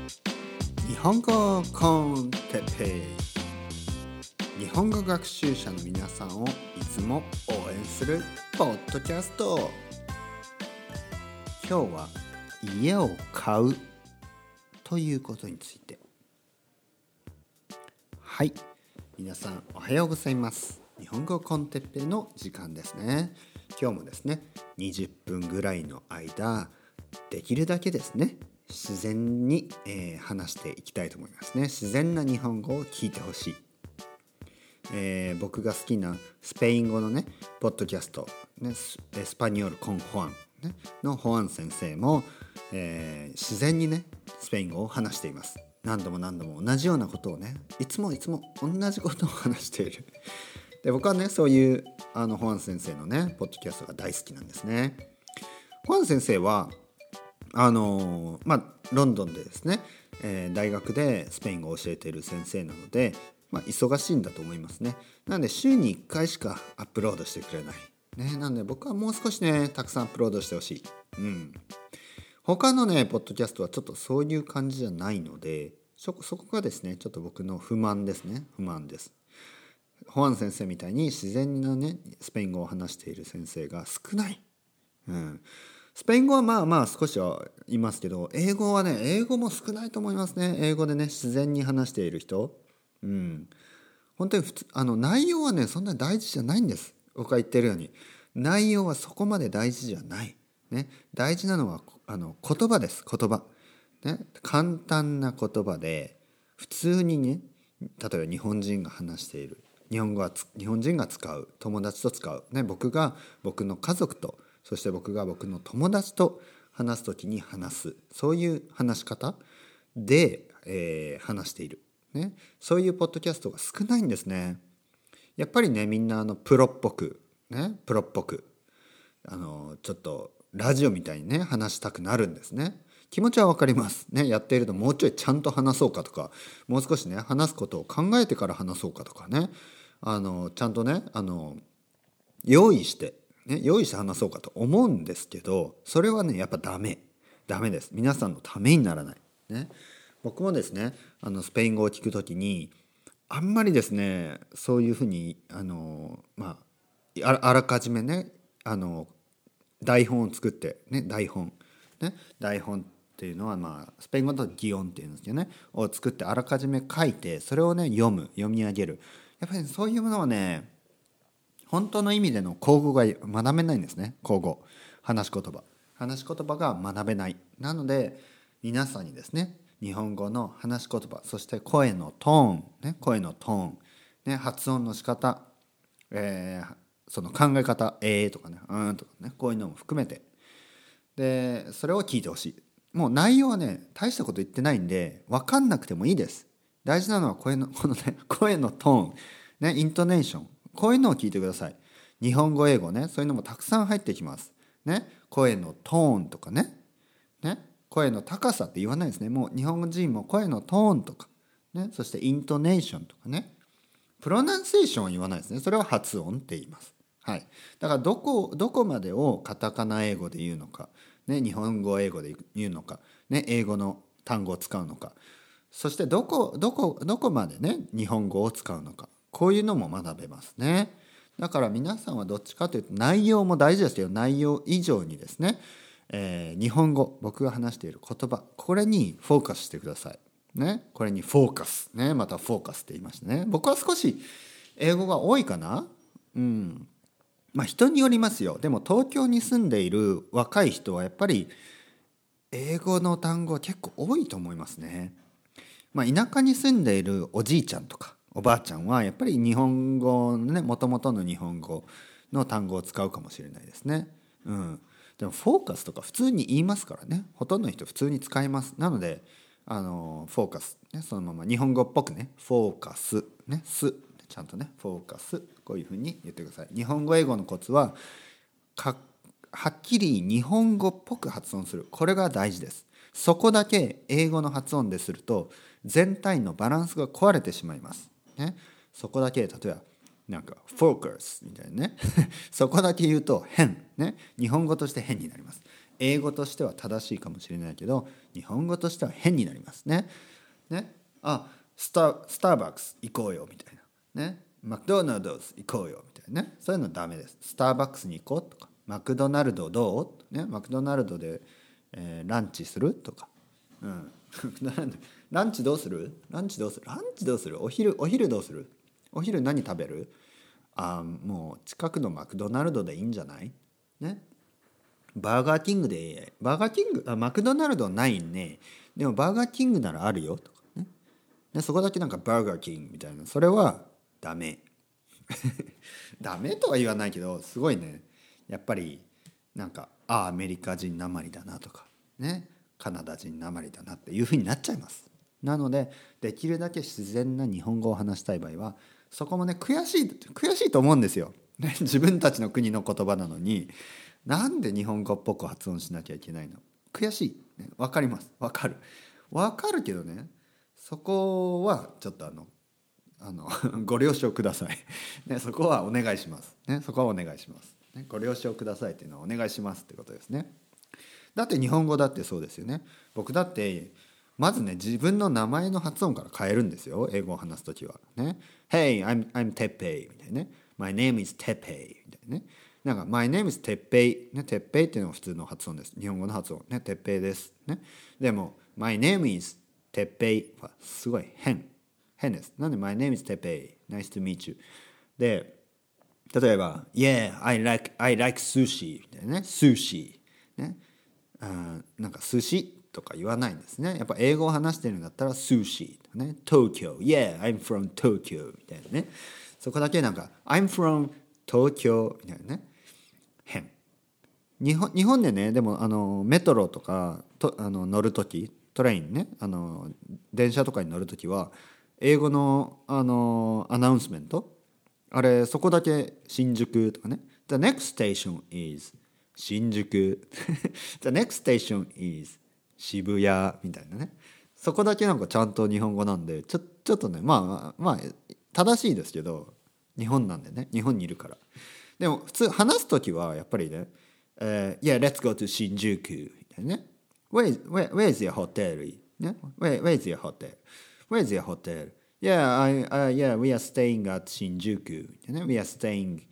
日本語コンテッペイ、日本語学習者の皆さんをいつも応援するポッドキャスト。今日は家を買うということについて。はい、皆さんおはようございます。日本語コンテッペイの時間ですね。今日もですね、20分ぐらいの間、できるだけですね、自然に、話していきたいと思いますね。自然な日本語を聞いてほしい。僕が好きなスペイン語のねポッドキャスト、ね、スパニョールコンホアン、ね、のホアン先生も、自然にねスペイン語を話しています。何度も同じようなことをねいつも同じことを話している。で、僕はねそういうホアン先生のねポッドキャストが大好きなんですね。ホアン先生はロンドンでですね、大学でスペイン語を教えている先生なので、忙しいんだと思いますね。なので週に1回しかアップロードしてくれない、ね、なので僕はもう少しねたくさんアップロードしてほしい。他のねポッドキャストはちょっとそういう感じじゃないので、そこがですねちょっと僕の不満ですね。不満です。ホアン先生みたいに自然なねスペイン語を話している先生が少ない。スペイン語は少しはいますけど、英語はね英語も少ないと思いますね。英語でね自然に話している人、本当に普通内容はねそんなに大事じゃないんです。僕が言ってるように内容はそこまで大事じゃない、ね、大事なのは言葉です。言葉、ね、簡単な言葉で普通にね、例えば日本人が話している日本人が使う、友達と使う、ね、僕が僕の家族と、そして僕が僕の友達と話すときに話す、そういう話し方で、話している、ね、そういうポッドキャストが少ないんですね。やっぱりねみんなプロっぽくちょっとラジオみたいにね話したくなるんですね。気持ちはわかりますね。やっているともうちょいちゃんと話そうかとか、もう少しね話すことを考えてから話そうかとかね、ちゃんとね用意して話そうかと思うんですけど、それはねやっぱダメです。皆さんのためにならない、ね、僕もですねスペイン語を聞くときにあんまりですねそういうふうにあらかじめね台本を作ってね、台本っていうのはスペイン語だと擬音っていうんですけどねを作ってあらかじめ書いて、それをね読み上げる。やっぱりそういうものはね本当の意味での口語が学べないんですね。口語、話し言葉が学べない。なので皆さんにですね日本語の話し言葉、そして声のトーン、ね、発音の仕方、その考え方、とかね、とかね、こういうのも含めて、でそれを聞いてほしい。もう内容はね大したこと言ってないんで分かんなくてもいいです。大事なのはこのね声のトーン、ね、イントネーション、こういうのを聞いてください。日本語英語ね、そういうのもたくさん入ってきます、ね、声のトーンとかね、声の高さって言わないですね。もう日本人も声のトーンとか、ね、そしてイントネーションとかね、プロナンセーションは言わないですね。それは発音って言います。はい。だからどこまでをカタカナ英語で言うのか、ね、日本語英語で言うのか、ね、英語の単語を使うのか、そしてどこまでね日本語を使うのか、こういうのも学べますね。だから皆さんはどっちかというと内容も大事ですけど、内容以上にですね、日本語、僕が話している言葉、これにフォーカスしてください。ね、これにフォーカス、ね、またフォーカスって言いましたね。僕は少し英語が多いかな。人によりますよ。でも東京に住んでいる若い人はやっぱり英語の単語は結構多いと思いますね。田舎に住んでいるおじいちゃんとかおばあちゃんはやっぱり日本語のね元々の日本語の単語を使うかもしれないですね。でもフォーカスとか普通に言いますからね。ほとんどの人普通に使います。なのでフォーカス、ね、そのまま日本語っぽくねフォーカスねすちゃんとねフォーカス、こういうふうに言ってください。日本語英語のコツははっきり日本語っぽく発音する。これが大事です。そこだけ英語の発音ですると全体のバランスが壊れてしまいます、ね、そこだけ例えばなんかフォーカスみたいなねそこだけ言うと変、ね、日本語として変になります。 英語としては正しいかもしれないけど日本語としては変になりますね。スターバックス行こうよみたいなね、マクドナルド行こうよみたいなね、そういうのダメです。スターバックスに行こうとか、マクドナルドどう、ね、マクドナルドで、ランチするとか、ランチどうするお昼どうする、お昼何食べる、もう近くのマクドナルドでいいんじゃないね、バーガーキングで、マクドナルドないね、でもバーガーキングならあるよとかね、そこだけなんかバーガーキングみたいな、それはダメダメとは言わないけど、すごいね、やっぱりなんかアメリカ人なまりだなとかね、カナダ人なまりだなっていう風になっちゃいます。なのでできるだけ自然な日本語を話したい場合はそこもね、悔しいと思うんですよ、ね、自分たちの国の言葉なのになんで日本語っぽく発音しなきゃいけないの、悔しい、ね、分かります、分かるけどね、そこはちょっとご了承ください、ね、そこはお願いします、ね、そこはお願いします、ね、ご了承くださいっていうのはお願いしますってことですね。だって日本語だってそうですよね。僕だってまずね、自分の名前の発音から変えるんですよ、英語を話すときはね。Hey, I'm Teppei みたいなね。My name is Teppei みたいなね。なんか My name is Teppei ね、Teppei っていうのが普通の発音です。日本語の発音ね、Teppeiですね。でも My name is Teppei はすごい変です。なんで My name is Teppei Nice to meet you で、例えば Yeah, I like sushi みたいなね、sushiね、なんか寿司とか言わないんですね。やっぱ英語を話してるんだったら寿司とかね、東京 Yeah, I'm from Tokyo みたいなね、そこだけなんか I'm from 東京みたいなね、変。日本でね、でもメトロとか乗るとき、トレインね、電車とかに乗るときは英語のアナウンスメント、あれそこだけ新宿とかね、 The next station is 新宿The next station is 渋谷みたいなね、そこだけなんかちゃんと日本語なんでちょっとね、まあ正しいですけど、日本なんでね、日本にいるから。でも普通話す時はやっぱりね、Yeah, let's go to 新宿みたいなね、Where's your hotel? ね、Where's your hotel? Where's your hotel? Yeah, we are staying at 新宿みたいなね、We are staying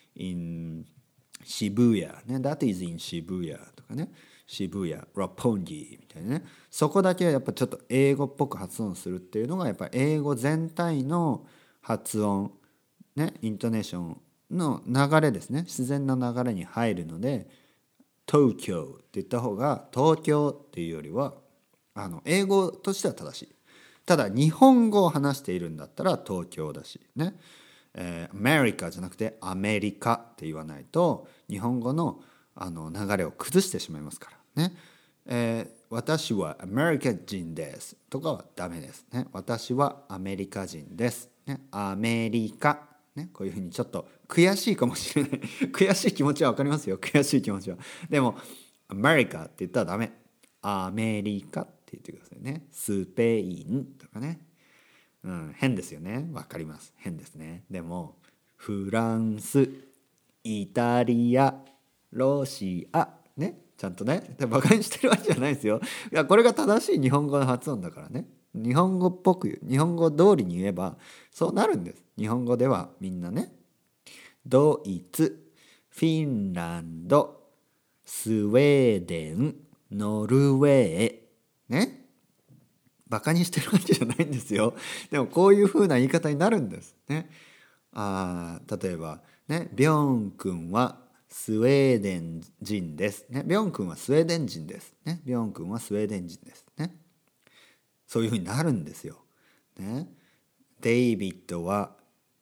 in 渋谷ね、That is in 渋谷とかね、渋谷、六本木みたいなね、そこだけやっぱちょっと英語っぽく発音するっていうのがやっぱり英語全体の発音ね、イントネーションの流れですね、自然な流れに入るので、東京って言った方が東京っていうよりは英語としては正しい。ただ日本語を話しているんだったら東京だしね、アメリカじゃなくてアメリカって言わないと日本語の流れを崩してしまいますからね。私はアメリカ人ですとかはダメですね。私はアメリカ人です、ね、アメリカ、ね、こういうふうにちょっと悔しいかもしれない悔しい気持ちは分かりますよ、悔しい気持ちは。でもアメリカって言ったらダメ、アメリカって言ってくださいね。スペインとかね、変ですよね。わかります。変ですね。でもフランス、イタリア、ロシアね、ちゃんとね、バカにしてるわけじゃないですよ。いや、これが正しい日本語の発音だからね。日本語っぽく、日本語通りに言えばそうなるんです。日本語ではみんなね、ドイツ、フィンランド、スウェーデン、ノルウェーね、バカにしてるわけじゃないんですよ。でもこういう風な言い方になるんですね。例えばね、ビョン君はスウェーデン人ですね。ビョン君はスウェーデン人ですね。ビョン君はスウェーデン人ですね。そういう風になるんですよ。ね。デイビッドは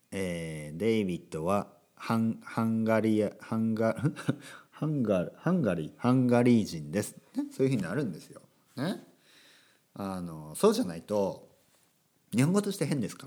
ハンガリー人です、ね、そういう風になるんですよ。ね。そうじゃないと日本語として変ですから、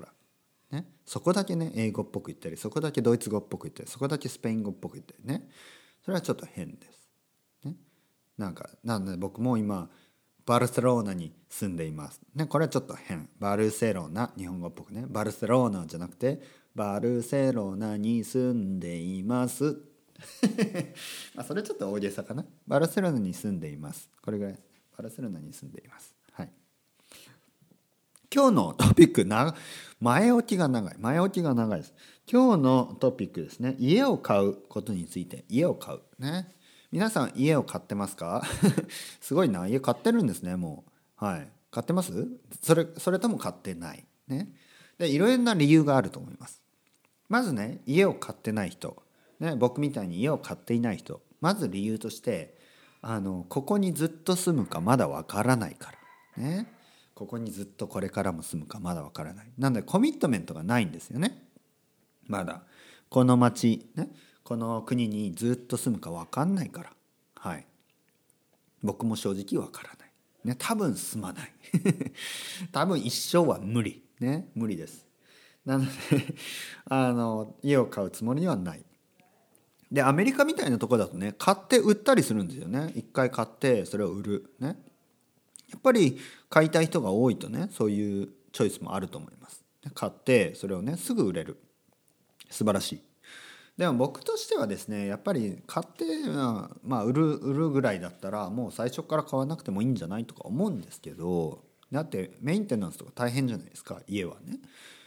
ね、そこだけね英語っぽく言ったり、そこだけドイツ語っぽく言ったり、そこだけスペイン語っぽく言ったりね、それはちょっと変です、ね、なんで僕も今バルセローナに住んでいます、ね、これはちょっと変。バルセロナ、日本語っぽくね、バルセローナじゃなくてバルセロナに住んでいますまあそれちょっと大げさかな。バルセロナに住んでいます。これぐらい。バルセロナに住んでいます。はい。今日のトピック前置きが長いです。今日のトピックですね。家を買うことについて。家を買うね。皆さん家を買ってますか？すごいな、家買ってるんですね、もう。はい。買ってます？それとも買ってないね。でいろいろな理由があると思います。まずね、家を買ってない人、ね、僕みたいに家を買っていない人、まず理由として、ここにずっと住むかまだわからないからね。ここにずっとこれからも住むかまだわからない。なのでコミットメントがないんですよね。まだこの町ね、この国にずっと住むかわかんないから。はい。僕も正直わからない。ね、多分住まない。多分一生は無理。ね、無理です。なので家を買うつもりにはない。でアメリカみたいなところだとね、買って売ったりするんですよね。一回買ってそれを売るね。やっぱり買いたい人が多いとね、そういうチョイスもあると思います。買ってそれをねすぐ売れる、素晴らしい。でも僕としてはですね、やっぱり買ってまあ売るぐらいだったらもう最初から買わなくてもいいんじゃないとか思うんですけど、だってメンテナンスとか大変じゃないですか、家はね。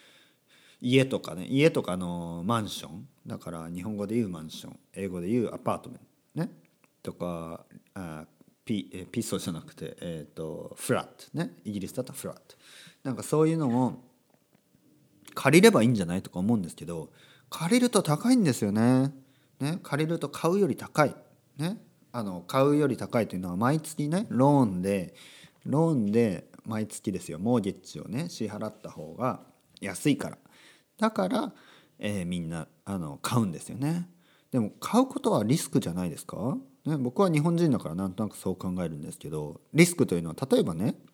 家とかのマンションだから、日本語で言うマンション、英語で言うアパートメントね、とかピソじゃなくて、フラットね、イギリスだとフラット、なんかそういうのを借りればいいんじゃないとか思うんですけど、借りると高いんですよね。借りると買うより高いね。買うより高いというのは毎月ね、ローンで毎月ですよ、モーゲッジをね支払った方が安いから。だから、みんな買うんですよね。でも買うことはリスクじゃないですか、ね、僕は日本人だからなんとなくそう考えるんですけど、リスクというのは例えばね、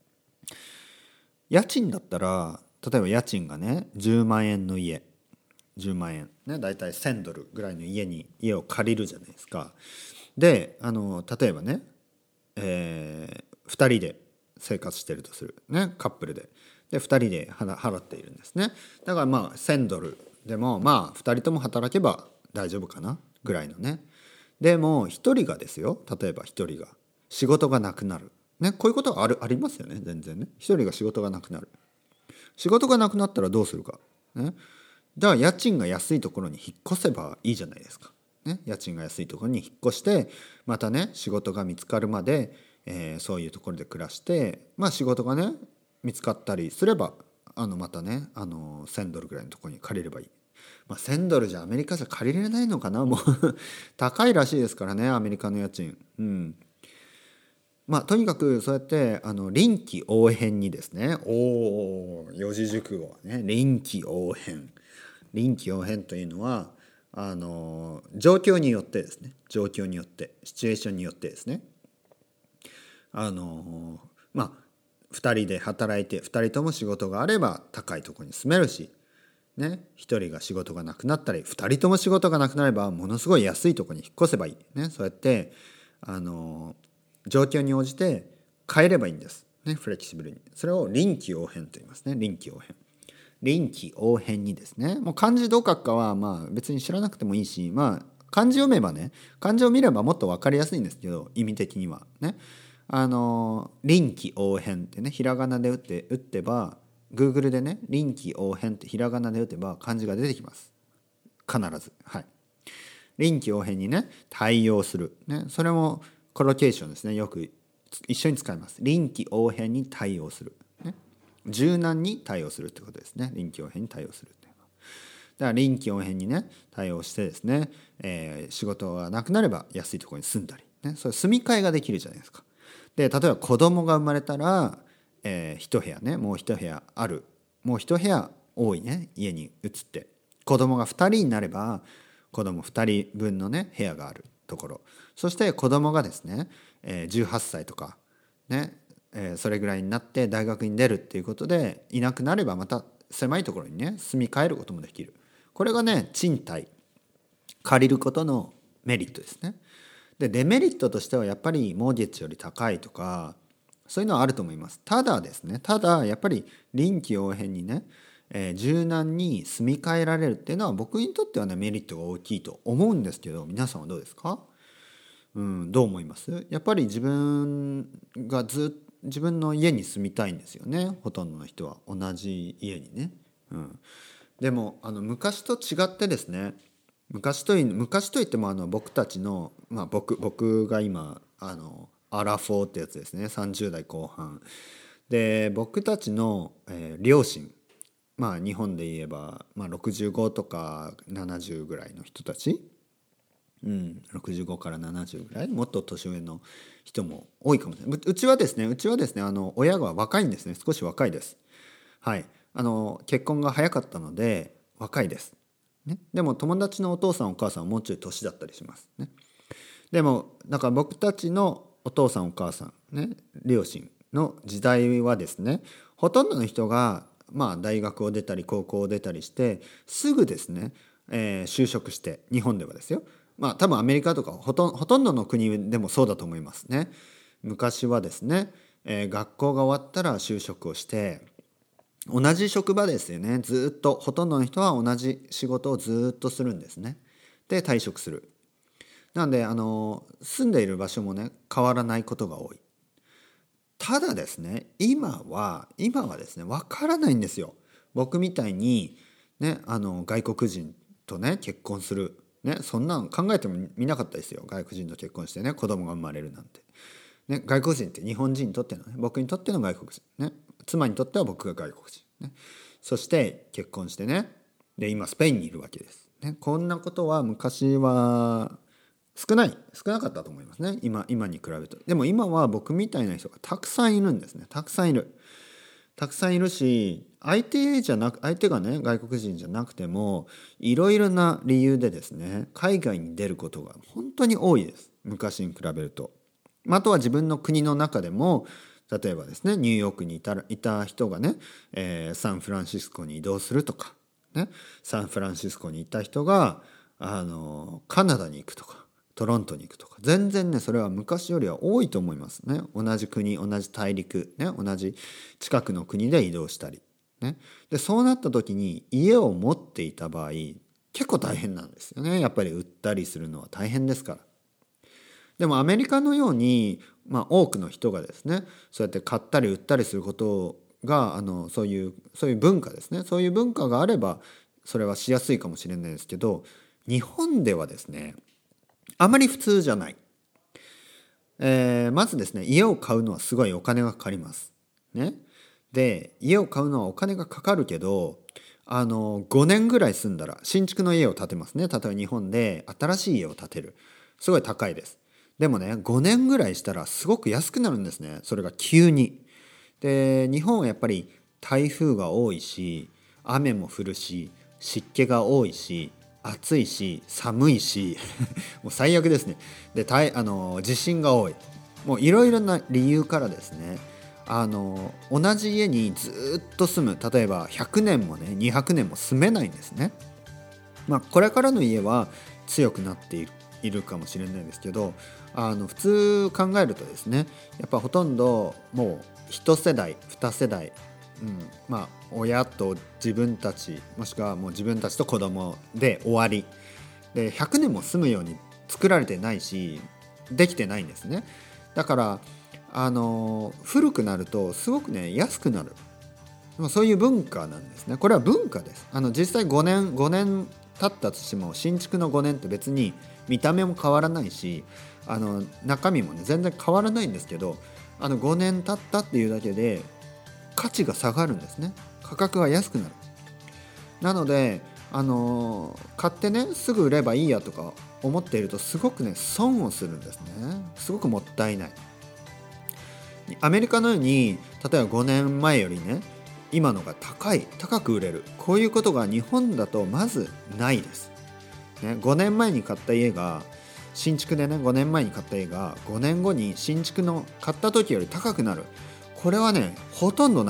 家賃だったら、例えば家賃がね10万円の家、10万円ね、だいたい1000ドルぐらいの家を借りるじゃないですか。で例えばね、2人で生活してるとするね、カップルで2人で払っているんですね。だからまあ1000ドルでもまあ2人とも働けば大丈夫かなぐらいのね。でも1人がですよ、例えば1人が仕事がなくなるね、こういうことがありますよね、全然ね。1人が仕事がなくなる。仕事がなくなったらどうするかね。じゃあ家賃が安いところに引っ越せばいいじゃないですか。ね、家賃が安いところに引っ越してまたね仕事が見つかるまで、そういうところで暮らして、まあ仕事がね見つかったりすればまたね1000ドルぐらいのところに借りればいい。まあ、1000ドルじゃアメリカじゃ借りれないのかな、もう高いらしいですからね、アメリカの家賃。まあとにかくそうやって臨機応変にですね、四字熟語ね、臨機応変。臨機応変というのは状況によってですね、状況によってシチュエーションによってですね、まあ2人で働いて2人とも仕事があれば高いところに住めるし、ね、1人が仕事がなくなったり2人とも仕事がなくなればものすごい安いところに引っ越せばいい、ね、そうやって状況に応じて変えればいいんです、ね、フレキシブルに。それを臨機応変と言いますね。臨機応変、臨機応変にですね。もう漢字どう書くかはまあ別に知らなくてもいいし、まあ漢字読めばね、漢字を見ればもっと分かりやすいんですけど、意味的にはね、臨機応変ってね、ひらがなで打ってば Google でね、臨機応変ってひらがなで打てば漢字が出てきます、必ず。はい。臨機応変にね対応する、ね、それもコロケーションですね、よく一緒に使います。臨機応変に対応する、ね、柔軟に対応するってことですね。臨機応変に対応するっていうのは。だから臨機応変にね対応してですね、仕事がなくなれば安いところに住んだり、ね、それ住み替えができるじゃないですか。で例えば子供が生まれたら、一部屋ね、もう一部屋ある、もう一部屋多いね家に移って、子供が2人になれば子供2人分のね部屋があるところ、そして子供がですね、18歳とかね、それぐらいになって大学に出るっていうことでいなくなればまた狭いところにね住み替えることもできる。これがね賃貸、借りることのメリットですね。でデメリットとしてはやっぱりモーゲッジより高いとかそういうのはあると思います。ただですね、ただやっぱり臨機応変にね、 柔軟に住み替えられるっていうのは僕にとってはねメリットが大きいと思うんですけど、皆さんはどうですか？どう思います？やっぱり自分の家に住みたいんですよね、ほとんどの人は同じ家にね。でも昔と違ってですね、昔といっても僕たちの、僕が今アラフォーってやつですね、30代後半で、僕たちの、両親、日本で言えば、65とか70ぐらいの人たち、65から70ぐらい、もっと年上の人も多いかもしれない。うちはですね親が若いんですね。少し若いです。はい。結婚が早かったので若いです、ね。でも友達のお父さんお母さんはもうちょい年だったりしますね。でもだから僕たちのお父さんお母さんね、両親の時代はですね、ほとんどの人が大学を出たり高校を出たりしてすぐですね、就職して、日本ではですよ、多分アメリカとかほとんどの国でもそうだと思いますね。昔はですね、学校が終わったら就職をして同じ職場ですよね、ずっとほとんどの人は同じ仕事をずっとするんですね。で退職する。なんで住んでいる場所もね変わらないことが多い。ただですね、今はですねわからないんですよ。僕みたいにね外国人とね結婚するね、そんなん考えてもみなかったですよ。外国人と結婚してね子供が生まれるなんてね。外国人って日本人にとってのね、僕にとっての外国人ね、妻にとっては僕が外国人ね、そして結婚してね、で今スペインにいるわけですね。こんなことは昔は少なかったと思いますね。今に比べると。でも今は僕みたいな人がたくさんいるんですね。たくさんいるし、相手がね外国人じゃなくてもいろいろな理由でですね海外に出ることが本当に多いです、昔に比べると。あとは自分の国の中でも、例えばですねニューヨークにいた人がね、サンフランシスコに移動するとかね、サンフランシスコにいた人がカナダに行くとかトロントに行くとか、全然ねそれは昔よりは多いと思いますね。同じ国、同じ大陸ね、同じ近くの国で移動したりね。でそうなった時に家を持っていた場合結構大変なんですよね。やっぱり売ったりするのは大変ですから。でもアメリカのように、多くの人がですねそうやって買ったり売ったりすることがそういう文化ですね、そういう文化があればそれはしやすいかもしれないですけど、日本ではですねあまり普通じゃない。まずですね家を買うのはすごいお金がかかりますね。で家を買うのはお金がかかるけど5年ぐらい住んだら新築の家を建てますね。例えば日本で新しい家を建てる、すごい高いです。でもね5年ぐらいしたらすごく安くなるんですね、それが急に。で日本はやっぱり台風が多いし雨も降るし湿気が多いし暑いし寒いしもう最悪ですね。で地震が多い、もういろいろな理由からですね同じ家にずっと住む、例えば100年もね200年も住めないんですね。これからの家は強くなっているかもしれないですけど、普通考えるとですねやっぱほとんどもう一世代二世代、親と自分たちもしくはもう自分たちと子供で終わりで、100年も住むように作られてないしできてないんですね。だから古くなるとすごくね安くなる、そういう文化なんですね。これは文化です。実際5年経ったとしても新築の5年って別に見た目も変わらないし中身もね全然変わらないんですけど、5年経ったっていうだけで価値が下がるんですね。価格が安くなる。なので買ってねすぐ売ればいいやとか思っているとすごくね損をするんですね。すごくもったいない。アメリカのように例えば5年前よりね今のが高く売れる、こういうことが日本だとまずないです、ね。5年前に買った家が新築でね5年前に買った家が5年後に新築の買った時より高くなる、これはねほとんど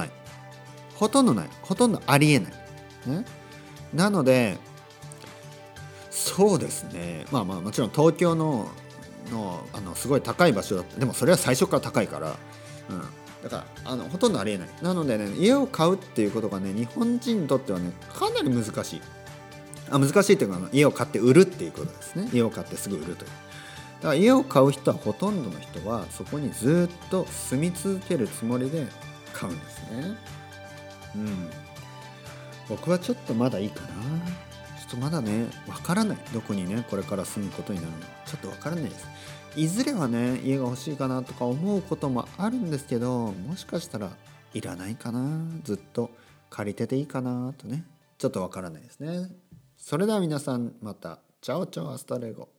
ありえない、ね。なのでそうですね、もちろん東京のすごい高い場所だった。でもそれは最初から高いから、 だからほとんどありえない。なのでね、家を買うっていうことがね、日本人にとってはねかなり難しい。難しいっていうか、家を買って売るっていうことですね。家を買ってすぐ売るという。だから家を買う人は、ほとんどの人はそこにずっと住み続けるつもりで買うんですね。うん。僕はちょっとまだいいかな。ちょっとまだね、わからない。どこにね、これから住むことになるのか、ちょっとわからないです。いずれはね、家が欲しいかなとか思うこともあるんですけど、もしかしたらいらないかな。ずっと借りてていいかなとね。ちょっとわからないですね。それでは皆さん、また。チャオチャオ、アスタレゴ。